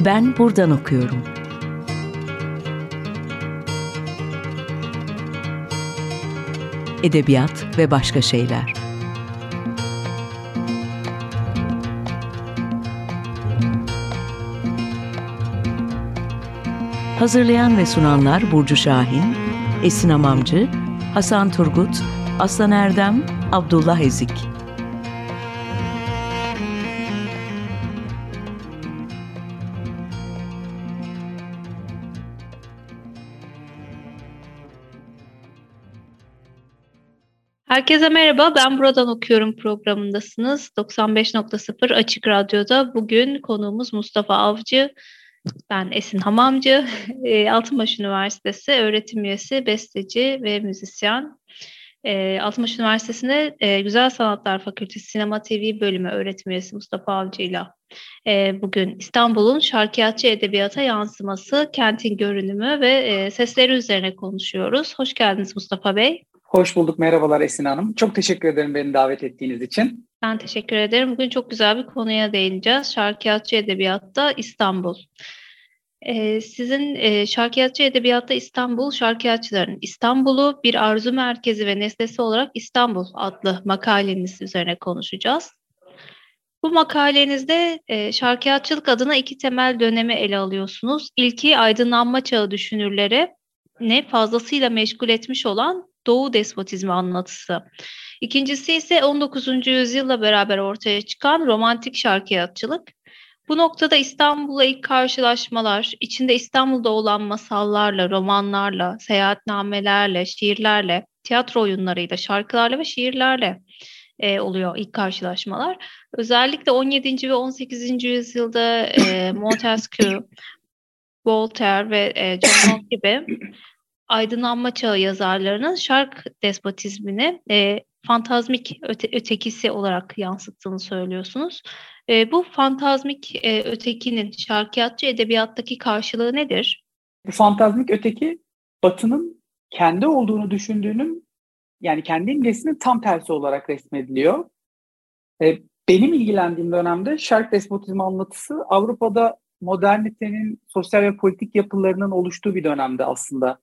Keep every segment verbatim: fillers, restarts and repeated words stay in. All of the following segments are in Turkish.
Ben buradan okuyorum. Edebiyat ve başka şeyler. Hazırlayan ve sunanlar Burcu Şahin, Esin Hamamcı, Hasan Turgut, Aslan Erdem, Abdullah Ezik. Herkese merhaba, ben buradan okuyorum programındasınız. doksan beş nokta sıfır Açık Radyo'da bugün konuğumuz Mustafa Avcı, ben Esin Hamamcı, E, Altınbaş Üniversitesi öğretim üyesi, besteci ve müzisyen. E, Altınbaş Üniversitesi'nde e, Güzel Sanatlar Fakültesi Sinema T V bölümü öğretim üyesi Mustafa Avcı'yla e, bugün İstanbul'un şarkiyatçı edebiyata yansıması, kentin görünümü ve e, sesleri üzerine konuşuyoruz. Hoş geldiniz Mustafa Bey. Hoş bulduk. Merhabalar Esin Hanım. Çok teşekkür ederim beni davet ettiğiniz için. Ben teşekkür ederim. Bugün çok güzel bir konuya değineceğiz. Şarkiyatçı edebiyatta İstanbul. Ee, sizin e, Şarkiyatçı edebiyatta İstanbul, şarkiyatçıların İstanbul'u bir arzu merkezi ve nesnesi olarak İstanbul adlı makaleniz üzerine konuşacağız. Bu makalenizde e, şarkiyatçılık adına iki temel dönemi ele alıyorsunuz. İlki aydınlanma çağı düşünürleri ne fazlasıyla meşgul etmiş olan Doğu despotizmi anlatısı. İkincisi ise on dokuzuncu yüzyılla beraber ortaya çıkan romantik şarkiyatçılık. Bu noktada İstanbul'la ilk karşılaşmalar, içinde İstanbul'da olan masallarla, romanlarla, seyahatnamelerle, şiirlerle, tiyatro oyunlarıyla, şarkılarla ve şiirlerle e, oluyor ilk karşılaşmalar. Özellikle on yedinci ve on sekizinci yüzyılda e, Montesquieu, Voltaire ve e, John Locke gibi aydınlanma çağı yazarlarının şark despotizmini e, fantazmik öte, ötekisi olarak yansıttığını söylüyorsunuz. E, bu fantazmik e, ötekinin şarkiyatçı edebiyattaki karşılığı nedir? Bu fantazmik öteki Batı'nın kendi olduğunu düşündüğünün, yani kendi imgesinin tam tersi olarak resmediliyor. E, benim ilgilendiğim dönemde şark despotizmi anlatısı Avrupa'da modernitenin sosyal ve politik yapılarının oluştuğu bir dönemde aslında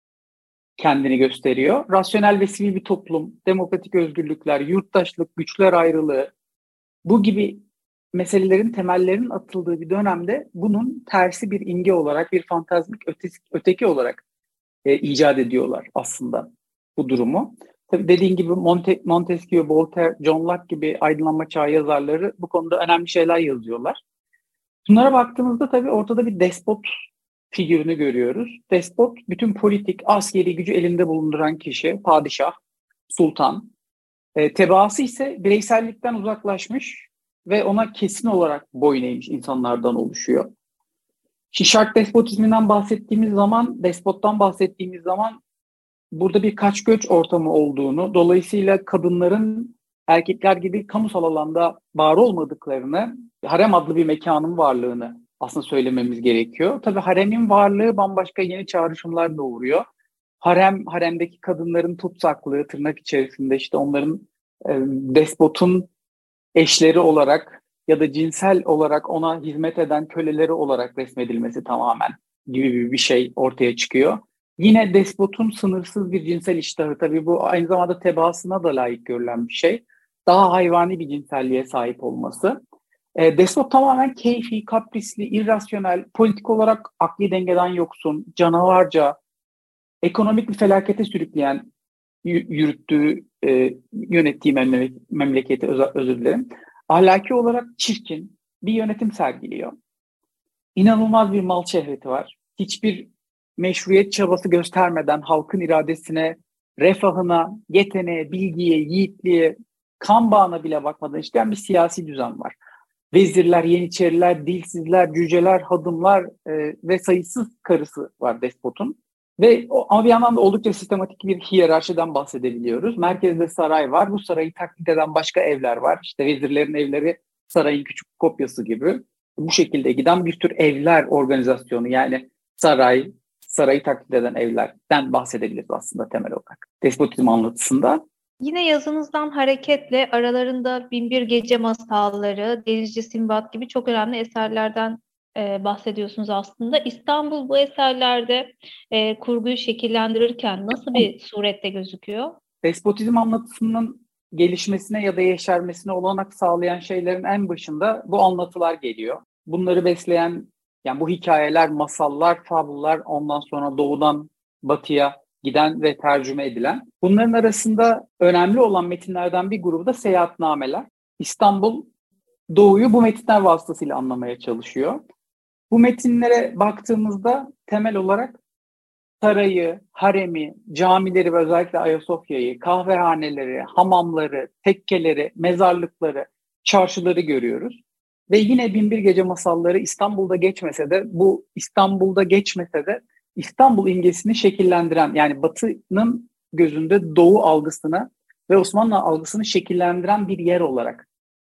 kendini gösteriyor. Rasyonel ve sivil bir toplum, demokratik özgürlükler, yurttaşlık, güçler ayrılığı, bu gibi meselelerin temellerinin atıldığı bir dönemde bunun tersi bir imge olarak, bir fantazmik ötesi, öteki olarak e, icat ediyorlar aslında bu durumu. Tabii dediğin gibi Monte, Montesquieu, Voltaire, John Locke gibi aydınlanma çağı yazarları bu konuda önemli şeyler yazıyorlar. Bunlara baktığımızda tabii ortada bir despot figürünü görüyoruz. Despot, bütün politik, askeri gücü elinde bulunduran kişi, padişah, sultan. E, tebaası ise bireysellikten uzaklaşmış ve ona kesin olarak boyun eğmiş insanlardan oluşuyor. Şimdi şark despotizminden bahsettiğimiz zaman, despottan bahsettiğimiz zaman burada bir kaç göç ortamı olduğunu, dolayısıyla kadınların erkekler gibi kamusal alanda var olmadıklarını, harem adlı bir mekanın varlığını aslında söylememiz gerekiyor. Tabii haremin varlığı bambaşka yeni çağrışımlar doğuruyor. Harem, haremdeki kadınların tutsaklığı, tırnak içerisinde işte onların e, despotun eşleri olarak ya da cinsel olarak ona hizmet eden köleleri olarak resmedilmesi tamamen gibi bir şey ortaya çıkıyor. Yine despotun sınırsız bir cinsel iştahı, tabii bu aynı zamanda tebaasına da layık görülen bir şey. Daha hayvani bir cinselliğe sahip olması. E, despot tamamen keyfi, kaprisli, irrasyonel, politik olarak akli dengeden yoksun, canavarca, ekonomik bir felakete sürükleyen, yürüttüğü, e, yönettiği memleket, memleketi öz, özür dilerim. Ahlaki olarak çirkin bir yönetim sergiliyor. İnanılmaz bir mal şehveti var. Hiçbir meşruiyet çabası göstermeden halkın iradesine, refahına, yeteneğe, bilgiye, yiğitliğe, kan bağına bile bakmadan işleyen bir siyasi düzen var. Vezirler, yeniçeriler, dilsizler, cüceler, hadımlar e, ve sayısız karısı var despotun. Ve o, ama bir yandan da oldukça sistematik bir hiyerarşiden bahsedebiliyoruz. Merkezde saray var. Bu sarayı taklit eden başka evler var. İşte vezirlerin evleri sarayın küçük kopyası gibi. Bu şekilde giden bir tür evler organizasyonu, yani saray, sarayı taklit eden evlerden bahsedebiliriz aslında temel olarak despotizm anlatısında. Yine yazınızdan hareketle aralarında Binbir Gece Masalları, Denizci Sinbad gibi çok önemli eserlerden e, bahsediyorsunuz aslında. İstanbul bu eserlerde e, kurguyu şekillendirirken nasıl bir surette gözüküyor? Despotizm anlatısının gelişmesine ya da yeşermesine olanak sağlayan şeylerin en başında bu anlatılar geliyor. Bunları besleyen, yani bu hikayeler, masallar, fabullar, ondan sonra doğudan batıya giden ve tercüme edilen. Bunların arasında önemli olan metinlerden bir grubu da seyahatnameler. İstanbul, doğuyu bu metinler vasıtasıyla anlamaya çalışıyor. Bu metinlere baktığımızda temel olarak sarayı, haremi, camileri ve özellikle Ayasofya'yı, kahvehaneleri, hamamları, tekkeleri, mezarlıkları, çarşıları görüyoruz. Ve yine Binbir Gece masalları İstanbul'da geçmese de, bu İstanbul'da geçmese de İstanbul imgesini şekillendiren, yani Batı'nın gözünde Doğu algısını ve Osmanlı algısını şekillendiren bir yer olarak,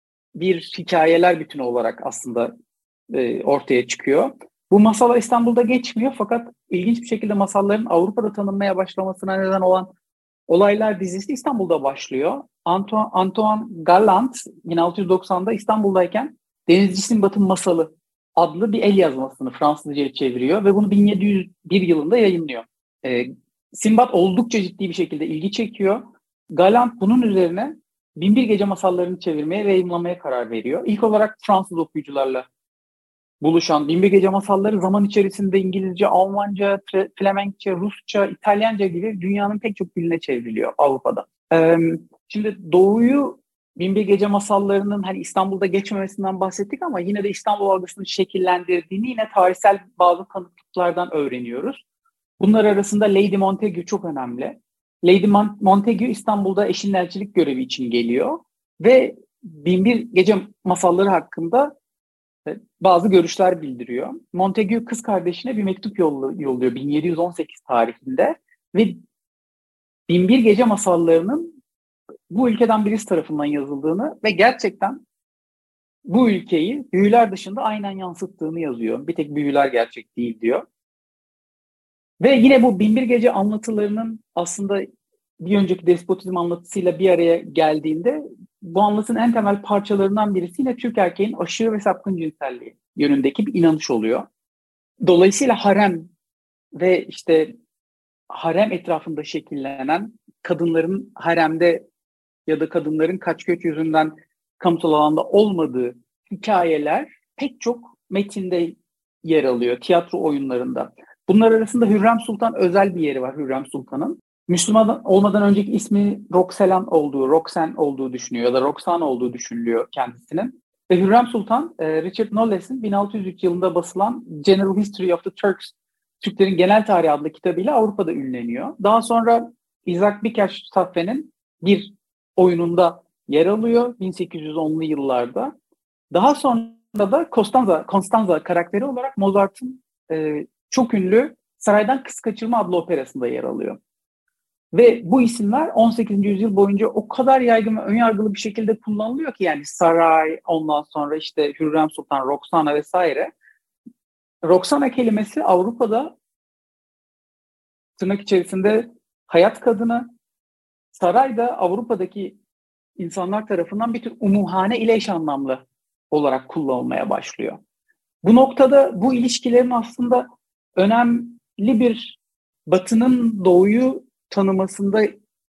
bir hikayeler bütünü olarak aslında e, ortaya çıkıyor. Bu masallar İstanbul'da geçmiyor fakat ilginç bir şekilde masalların Avrupa'da tanınmaya başlamasına neden olan Olaylar dizisi İstanbul'da başlıyor. Antoine, Antoine Galland bin altı yüz doksan'da İstanbul'dayken Denizcisin Batı Masalı adlı bir el yazmasını Fransızca'ya çeviriyor ve bunu bin yedi yüz bir yılında yayınlıyor. Ee, Sinbad oldukça ciddi bir şekilde ilgi çekiyor. Galland bunun üzerine Binbir Gece masallarını çevirmeye ve yayımlamaya karar veriyor. İlk olarak Fransız okuyucularla buluşan Binbir Gece masalları zaman içerisinde İngilizce, Almanca, Flemenkçe, Rusça, İtalyanca gibi dünyanın pek çok diline çevriliyor Avrupa'da. Ee, şimdi Doğu'yu Binbir Gece masallarının hani İstanbul'da geçmemesinden bahsettik ama yine de İstanbul algısını şekillendirdiğini yine tarihsel bazı kanıtlardan öğreniyoruz. Bunlar arasında Lady Montagu çok önemli. Lady Montagu İstanbul'da eşinin elçilik görevi için geliyor ve Binbir Gece masalları hakkında bazı görüşler bildiriyor. Montagu kız kardeşine bir mektup yolluyor bin yedi yüz on sekiz tarihinde ve Binbir Gece masallarının bu ülkeden birisi tarafından yazıldığını ve gerçekten bu ülkeyi büyüler dışında aynen yansıttığını yazıyor. Bir tek büyüler gerçek değil diyor. Ve yine bu Binbir Gece anlatılarının aslında bir önceki despotizm anlatısıyla bir araya geldiğinde bu anlatının en temel parçalarından birisi yine Türk erkeğin aşırı ve sapkın cinselliği yönündeki bir inanış oluyor. Dolayısıyla harem ve işte harem etrafında şekillenen kadınların haremde ya da kadınların kaç göç yüzünden kamusal alanda olmadığı hikayeler pek çok metinde yer alıyor, tiyatro oyunlarında. Bunlar arasında Hürrem Sultan özel bir yeri var Hürrem Sultan'ın. Müslüman olmadan önceki ismi Roxelan olduğu, Roxanne olduğu düşünüyor ya da Roxane olduğu düşünülüyor kendisinin. Ve Hürrem Sultan, Richard Knolles'in bin altı yüz üç yılında basılan General History of the Turks, Türklerin Genel Tarihi adlı kitabıyla Avrupa'da ünleniyor. Daha sonra Isaac Bikash Saffe'nin bir oyununda yer alıyor bin sekiz yüz onlu yıllarda. Daha sonra da Constanza, Constanza karakteri olarak Mozart'ın e, çok ünlü Saraydan Kız Kaçırma adlı operasında yer alıyor. Ve bu isimler on sekizinci yüzyıl boyunca o kadar yaygın ve önyargılı bir şekilde kullanılıyor ki, yani saray, ondan sonra işte Hürrem Sultan, Roxana vesaire. Roxana kelimesi Avrupa'da tırnak içerisinde hayat kadını, saray da Avrupa'daki insanlar tarafından bir tür umuhane ile eş anlamlı olarak kullanılmaya başlıyor. Bu noktada bu ilişkilerin aslında önemli bir Batı'nın Doğu'yu tanımasında,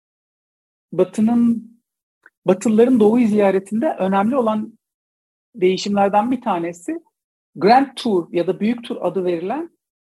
Batı'nın Batılıların Doğu'yu ziyaretinde önemli olan değişimlerden bir tanesi Grand Tour ya da Büyük Tur adı verilen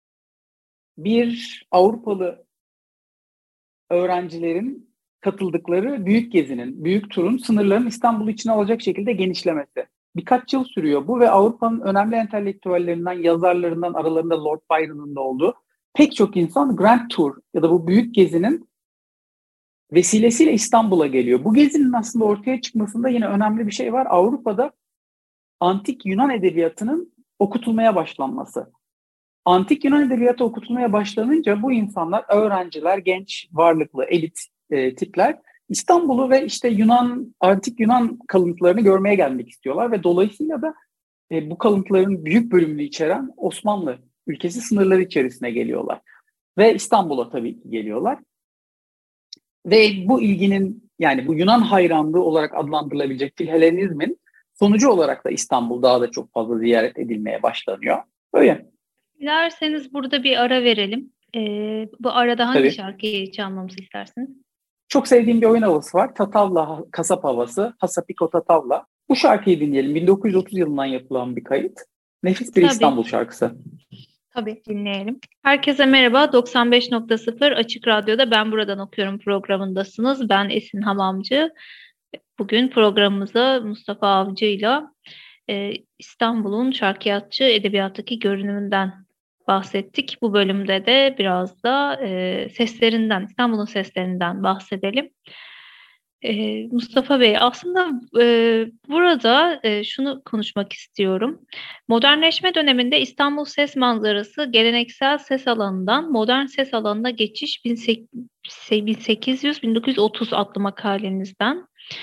bir Avrupalı öğrencilerin katıldıkları büyük gezinin, büyük turun sınırlarının İstanbul'u içine alacak şekilde genişlemesi. Birkaç yıl sürüyor bu ve Avrupa'nın önemli entelektüellerinden, yazarlarından, aralarında Lord Byron'un da olduğu pek çok insan Grand Tour ya da bu büyük gezinin vesilesiyle İstanbul'a geliyor. Bu gezinin aslında ortaya çıkmasında yine önemli bir şey var. Avrupa'da antik Yunan edebiyatının okutulmaya başlanması. Antik Yunan edebiyatı okutulmaya başlanınca bu insanlar, öğrenciler, genç, varlıklı, elit e, tipler İstanbul'u ve işte Yunan, antik Yunan kalıntılarını görmeye gelmek istiyorlar ve dolayısıyla da e, bu kalıntıların büyük bölümünü içeren Osmanlı ülkesi sınırları içerisine geliyorlar. Ve İstanbul'a tabii ki geliyorlar. Ve bu ilginin, yani bu Yunan hayranlığı olarak adlandırılabilecek Filhellenizmin Sonucu olarak da İstanbul daha da çok fazla ziyaret edilmeye başlanıyor. Öyle. Dilerseniz burada bir ara verelim. Ee, bu arada hangi Tabii. şarkıyı çalmamızı istersiniz? Çok sevdiğim bir oyun havası var. Tatavla kasap havası. Hasapiko Tatavla. Bu şarkıyı dinleyelim. bin dokuz yüz otuz yılından yapılan bir kayıt. Nefis bir Tabii. İstanbul şarkısı. Tabii dinleyelim. Herkese merhaba. doksan beş nokta sıfır Açık Radyo'da Ben Buradan Okuyorum programındasınız. Ben Esin Hamamcı. Bugün programımıza Mustafa Avcı'yla e, İstanbul'un şarkiyatçı edebiyattaki görünümünden bahsettik. Bu bölümde de biraz da e, seslerinden, İstanbul'un seslerinden bahsedelim. E, Mustafa Bey, aslında e, burada e, şunu konuşmak istiyorum. Modernleşme döneminde İstanbul ses manzarası geleneksel ses alanından modern ses alanına geçiş bin sekiz yüz bin dokuz yüz otuz adlı makalenizden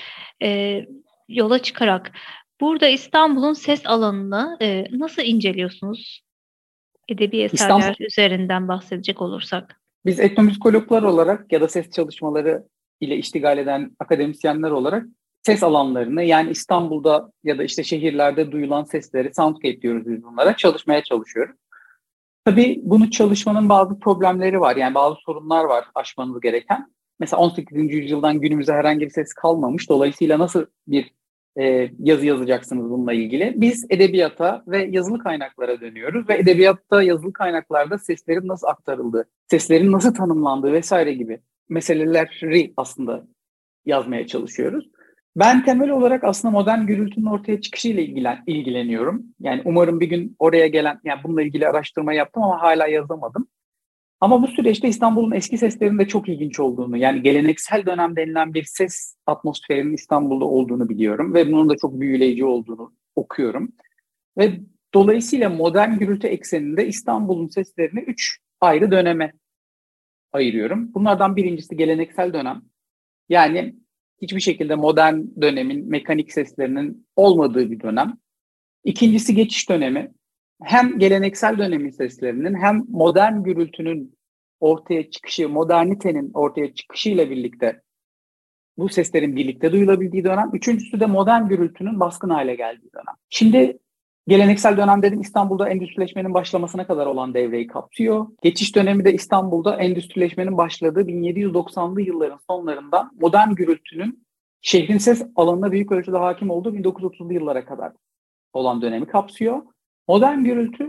e, yola çıkarak burada İstanbul'un ses alanını e, nasıl inceliyorsunuz? Edebi eserler İstanbul, üzerinden bahsedecek olursak. biz etnomüzikologlar olarak ya da ses çalışmaları ile iştigal eden akademisyenler olarak ses alanlarını, yani İstanbul'da ya da işte şehirlerde duyulan sesleri, soundscape diyoruz biz bunlara, çalışmaya çalışıyoruz. Tabii bunu çalışmanın bazı problemleri var, yani bazı sorunlar var aşmanız gereken. Mesela on sekizinci yüzyıldan günümüze herhangi bir ses kalmamış. Dolayısıyla nasıl bir e, yazı yazacaksınız bununla ilgili? Biz edebiyata ve yazılı kaynaklara dönüyoruz ve edebiyatta, yazılı kaynaklarda seslerin nasıl aktarıldığı, seslerin nasıl tanımlandığı vesaire gibi meseleleri aslında yazmaya çalışıyoruz. Ben temel olarak aslında modern gürültünün ortaya çıkışıyla ilgilen, ilgileniyorum. Yani umarım bir gün oraya gelen, yani bununla ilgili araştırma yaptım ama hala yazamadım. Ama bu süreçte İstanbul'un eski seslerinin de çok ilginç olduğunu, yani geleneksel dönem denilen bir ses atmosferinin İstanbul'da olduğunu biliyorum ve bunun da çok büyüleyici olduğunu okuyorum. Ve dolayısıyla modern gürültü ekseninde İstanbul'un seslerini üç ayrı döneme ayırıyorum. Bunlardan birincisi geleneksel dönem. Yani hiçbir şekilde modern dönemin mekanik seslerinin olmadığı bir dönem. İkincisi geçiş dönemi. Hem geleneksel dönemin seslerinin hem modern gürültünün ortaya çıkışı, modernitenin ortaya çıkışıyla birlikte bu seslerin birlikte duyulabildiği dönem. Üçüncüsü de modern gürültünün baskın hale geldiği dönem. Şimdi geleneksel dönem dedim, İstanbul'da endüstrileşmenin başlamasına kadar olan devreyi kapsıyor. Geçiş dönemi de İstanbul'da endüstrileşmenin başladığı bin yedi yüz doksanlı yılların sonlarından modern gürültünün şehrin ses alanına büyük ölçüde hakim olduğu bin dokuz yüz otuzlu yıllara kadar olan dönemi kapsıyor. Modern gürültü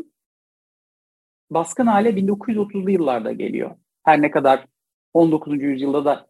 baskın hale bin dokuz yüz otuzlu yıllarda geliyor. Her ne kadar on dokuzuncu yüzyılda da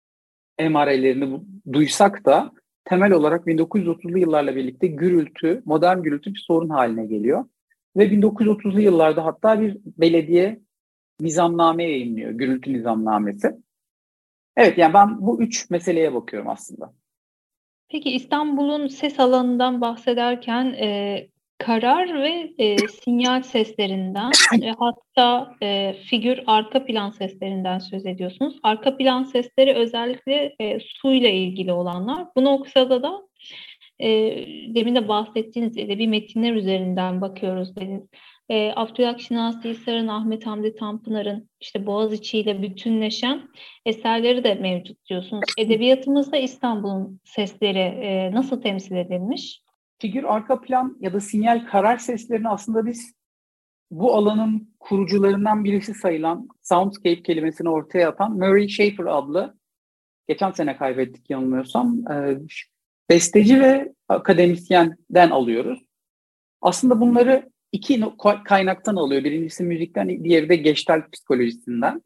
emarelerini duysak da temel olarak bin dokuz yüz otuzlu yıllarla birlikte gürültü, modern gürültü bir sorun haline geliyor. Ve bin dokuz yüz otuzlu yıllarda hatta bir belediye nizamname yayınlıyor, gürültü nizamnamesi. Evet, yani ben bu üç meseleye bakıyorum aslında. Peki İstanbul'un ses alanından bahsederken e, karar ve e, sinyal seslerinden e, hatta e, figür arka plan seslerinden söz ediyorsunuz. Arka plan sesleri özellikle e, suyla ilgili olanlar. Bu noktada da e, demin de bahsettiğiniz edebi metinler üzerinden bakıyoruz dediniz. E, Abdülhak Şinasi Hisar'ın, Ahmet Hamdi Tanpınar'ın işte Boğaziçi ile bütünleşen eserleri de mevcut diyorsunuz. Edebiyatımızda İstanbul'un sesleri e, nasıl temsil edilmiş? Figür arka plan ya da sinyal karar seslerini aslında biz bu alanın kurucularından birisi sayılan, soundscape kelimesini ortaya atan Murray Schafer adlı, geçen sene kaybettik yanılmıyorsam, e, besteci ve akademisyenden alıyoruz. Aslında bunları iki kaynaktan alıyor. Birincisi müzikten, diğeri de Gestalt psikolojisinden.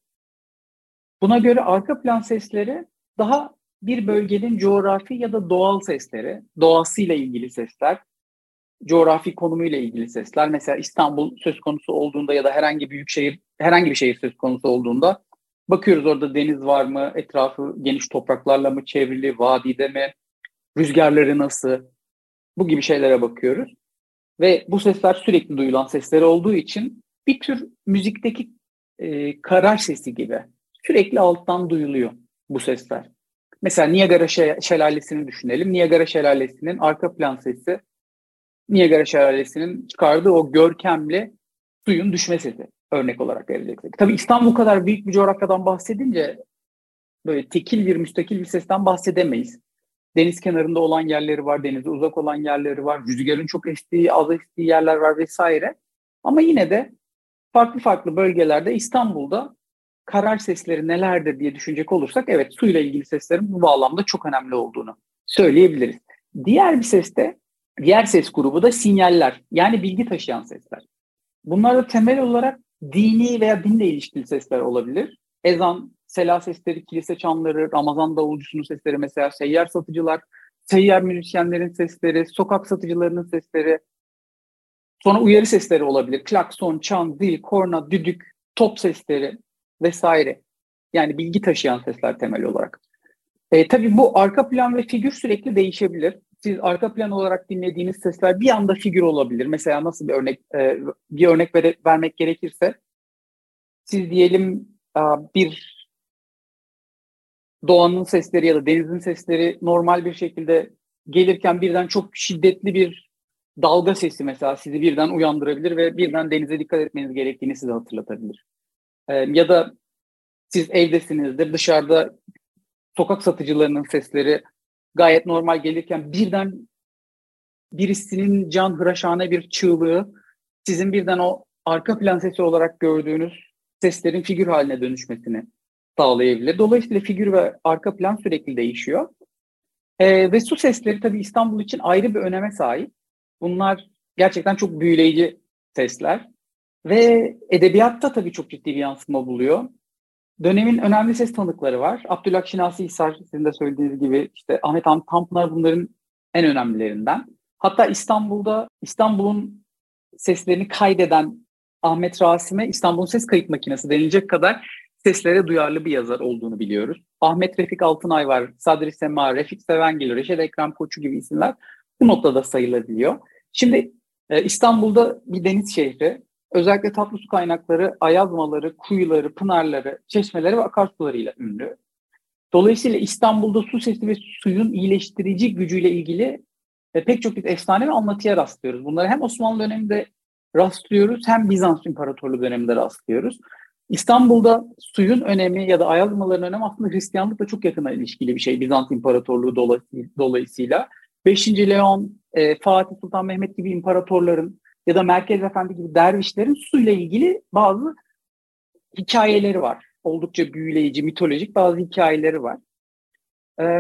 Buna göre arka plan sesleri daha bir bölgenin coğrafi ya da doğal sesleri, doğasıyla ilgili sesler, coğrafi konumuyla ilgili sesler. Mesela İstanbul söz konusu olduğunda ya da herhangi büyük şehir, herhangi bir şehir söz konusu olduğunda bakıyoruz orada deniz var mı, etrafı geniş topraklarla mı çevrili, vadide mi, rüzgarları nasıl, bu gibi şeylere bakıyoruz. Ve bu sesler sürekli duyulan sesler olduğu için bir tür müzikteki e, karar sesi gibi sürekli alttan duyuluyor bu sesler. Mesela Niagara Şelalesi'ni düşünelim. Niagara Şelalesi'nin arka plan sesi, Niagara Şelalesi'nin çıkardığı o görkemli suyun düşme sesi örnek olarak vereceksek. Tabii İstanbul kadar büyük bir coğrafyadan bahsedince böyle tekil bir, müstakil bir sesten bahsedemeyiz. deniz kenarında olan yerleri var, denize uzak olan yerleri var, rüzgarın çok estiği, az estiği yerler var vesaire. Ama yine de farklı farklı bölgelerde İstanbul'da karar sesleri nelerdir diye düşünecek olursak evet suyla ilgili seslerin bu bağlamda çok önemli olduğunu söyleyebiliriz. Diğer bir ses de, diğer ses grubu da sinyaller, yani bilgi taşıyan sesler. Bunlar da temel olarak dini veya dinle ilişkili sesler olabilir. Ezan, sela sesleri, kilise çanları, Ramazan davulcusunun sesleri, mesela seyyar satıcılar, seyyar müzisyenlerin sesleri, sokak satıcılarının sesleri. Sonra uyarı sesleri olabilir. Klakson, çan, zil, korna, düdük, top sesleri vesaire. Yani bilgi taşıyan sesler temel olarak. E, tabii bu arka plan ve figür sürekli değişebilir. Siz arka plan olarak dinlediğiniz sesler bir anda figür olabilir. Mesela nasıl bir örnek e, bir örnek vere, vermek gerekirse, siz diyelim e, bir doğanın sesleri ya da denizin sesleri normal bir şekilde gelirken birden çok şiddetli bir dalga sesi mesela sizi birden uyandırabilir ve birden denize dikkat etmeniz gerektiğini size hatırlatabilir. E, ya da siz evdesinizdir, dışarıda sokak satıcılarının sesleri gayet normal gelirken birden birisinin canhıraşane bir çığlığı sizin birden o arka plan sesi olarak gördüğünüz seslerin figür haline dönüşmesini sağlayabilir. Dolayısıyla figür ve arka plan sürekli değişiyor. Ee, ve su sesleri tabii İstanbul için ayrı bir öneme sahip. Bunlar gerçekten çok büyüleyici sesler. Ve edebiyatta tabii çok ciddi bir yansıma buluyor. Dönemin önemli ses tanıkları var. Abdülhak Şinasi Hisar, sizin de söylediğiniz gibi, işte Ahmet Hamit Tanpınar bunların en önemlilerinden. Hatta İstanbul'da İstanbul'un seslerini kaydeden Ahmet Rasim'e İstanbul'un ses kayıt makinesi denilecek kadar seslere duyarlı bir yazar olduğunu biliyoruz. Ahmet Refik Altınay var, Sadri Sema, Refik Sevengil, Reşet Ekrem Koçu gibi isimler bu noktada sayılabiliyor. Şimdi e, İstanbul'da bir deniz şehri. Özellikle tatlı su kaynakları, ayazmaları, kuyuları, pınarları, çeşmeleri ve akarsularıyla ünlü. Dolayısıyla İstanbul'da su sesi ve suyun iyileştirici gücüyle ilgili e, pek çok bir efsane ve anlatıya rastlıyoruz. Bunları hem Osmanlı döneminde rastlıyoruz hem Bizans İmparatorluğu döneminde rastlıyoruz. İstanbul'da suyun önemi ya da ayazmaların önemi aslında Hristiyanlıkla çok yakına ilişkili bir şey Bizans İmparatorluğu dolayısıyla. beşinci Leon, e, Fatih Sultan Mehmet gibi imparatorların ya da Merkez Efendi gibi dervişlerin suyla ilgili bazı hikayeleri var. Oldukça büyüleyici, mitolojik bazı hikayeleri var. Ee,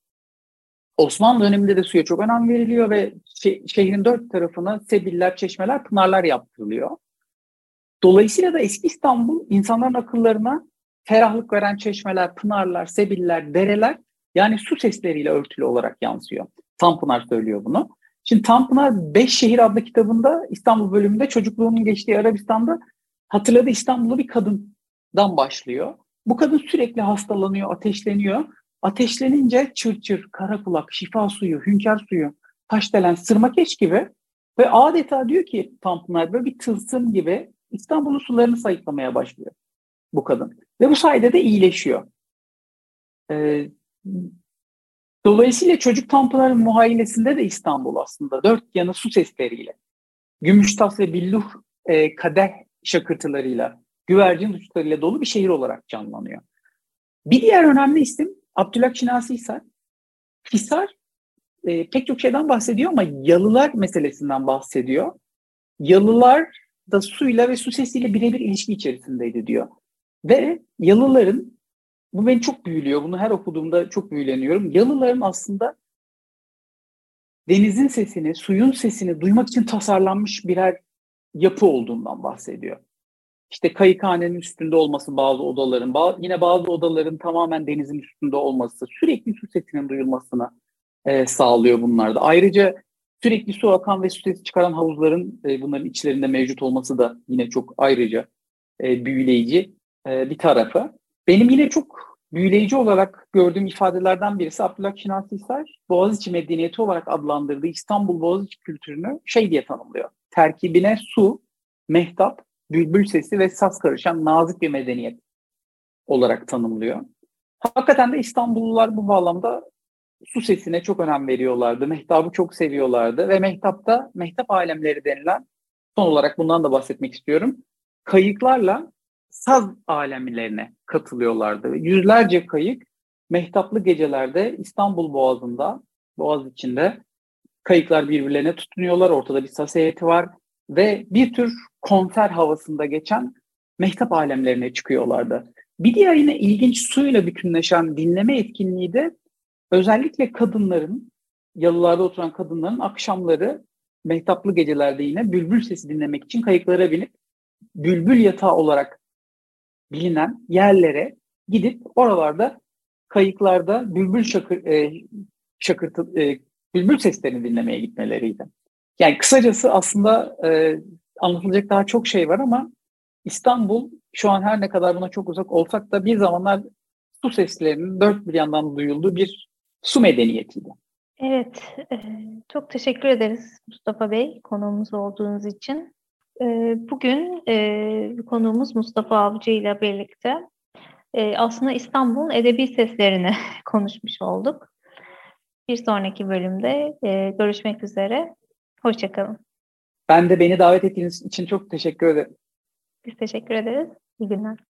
Osmanlı döneminde de suya çok önem veriliyor ve şe- şehrin dört tarafına sebiller, çeşmeler, pınarlar yaptırılıyor. Dolayısıyla da eski İstanbul insanların akıllarına ferahlık veren çeşmeler, pınarlar, sebiller, dereler, yani su sesleriyle örtülü olarak yansıyor. Tanpınar söylüyor bunu. Şimdi Tanpınar Beş Şehir adlı kitabında İstanbul bölümünde çocukluğunun geçtiği Arabistan'da hatırladığı İstanbul'u bir kadından başlıyor. Bu kadın sürekli hastalanıyor, ateşleniyor. Ateşlenince çır çır, kara kulak, şifa suyu, hünkâr suyu, taşdelen, sırmakeş gibi ve adeta diyor ki Tanpınar böyle bir tılsım gibi İstanbul'un sularını sayıklamaya başlıyor bu kadın. Ve bu sayede de iyileşiyor. Ee, Dolayısıyla Çocuk Tanpınar'ın muhayyilesinde de İstanbul aslında dört yanı su sesleriyle, gümüştas ve billuh e, kadeh şakırtılarıyla, güvercin uçlarıyla dolu bir şehir olarak canlanıyor. Bir diğer önemli isim Abdülhak Şinasi Hisar. Hisar e, pek çok şeyden bahsediyor ama yalılar meselesinden bahsediyor. Yalılar da suyla ve su sesiyle birebir ilişki içerisindeydi diyor. Ve yalıların, bu beni çok büyülüyor, bunu her okuduğumda çok büyüleniyorum. Yalıların aslında denizin sesini, suyun sesini duymak için tasarlanmış birer yapı olduğundan bahsediyor. İşte kayıkhanenin üstünde olması bazı odaların, yine bazı odaların tamamen denizin üstünde olması, sürekli su sesinin duyulmasına e, sağlıyor bunlar da. Ayrıca sürekli su akan ve su sesi çıkaran havuzların e, bunların içlerinde mevcut olması da yine çok ayrıca e, büyüleyici e, bir tarafı. Benim yine çok büyüleyici olarak gördüğüm ifadelerden birisi Abdülhak Şinasi Hisar, Boğaziçi medeniyeti olarak adlandırdığı İstanbul Boğaziçi kültürünü şey diye tanımlıyor. Terkibine su, mehtap, bülbül sesi ve saz karışan nazik bir medeniyet olarak tanımlıyor. Hakikaten de İstanbullular bu bağlamda su sesine çok önem veriyorlardı. Mehtabı çok seviyorlardı ve mehtapta mehtap alemleri denilen, son olarak bundan da bahsetmek istiyorum, kayıklarla saz alemlerine katılıyorlardı. Yüzlerce kayık mehtaplı gecelerde İstanbul Boğazı'nda, Boğaz içinde kayıklar birbirlerine tutunuyorlar. Ortada bir saz heyeti var ve bir tür konser havasında geçen mehtap alemlerine çıkıyorlardı. Bir diğer yine ilginç suyla bütünleşen dinleme etkinliği de özellikle kadınların, yalılarda oturan kadınların akşamları mehtaplı gecelerde yine bülbül sesi dinlemek için kayıklara binip bülbül yatağı olarak bilinen yerlere gidip oralarda kayıklarda bülbül şakır, e, şakırtı, e, bülbül seslerini dinlemeye gitmeleriydi. Yani kısacası aslında e, anlatılacak daha çok şey var ama İstanbul şu an her ne kadar buna çok uzak olsak da bir zamanlar su seslerinin dört bir yandan duyulduğu bir su medeniyetiydi. Evet, e, çok teşekkür ederiz Mustafa Bey konuğumuz olduğunuz için. E, bugün e, konuğumuz Mustafa Avcı ile birlikte e, aslında İstanbul'un edebi seslerini konuşmuş olduk. Bir sonraki bölümde e, görüşmek üzere. Hoşça kalın. Ben de beni davet ettiğiniz için çok teşekkür ederim. Biz teşekkür ederiz. İyi günler.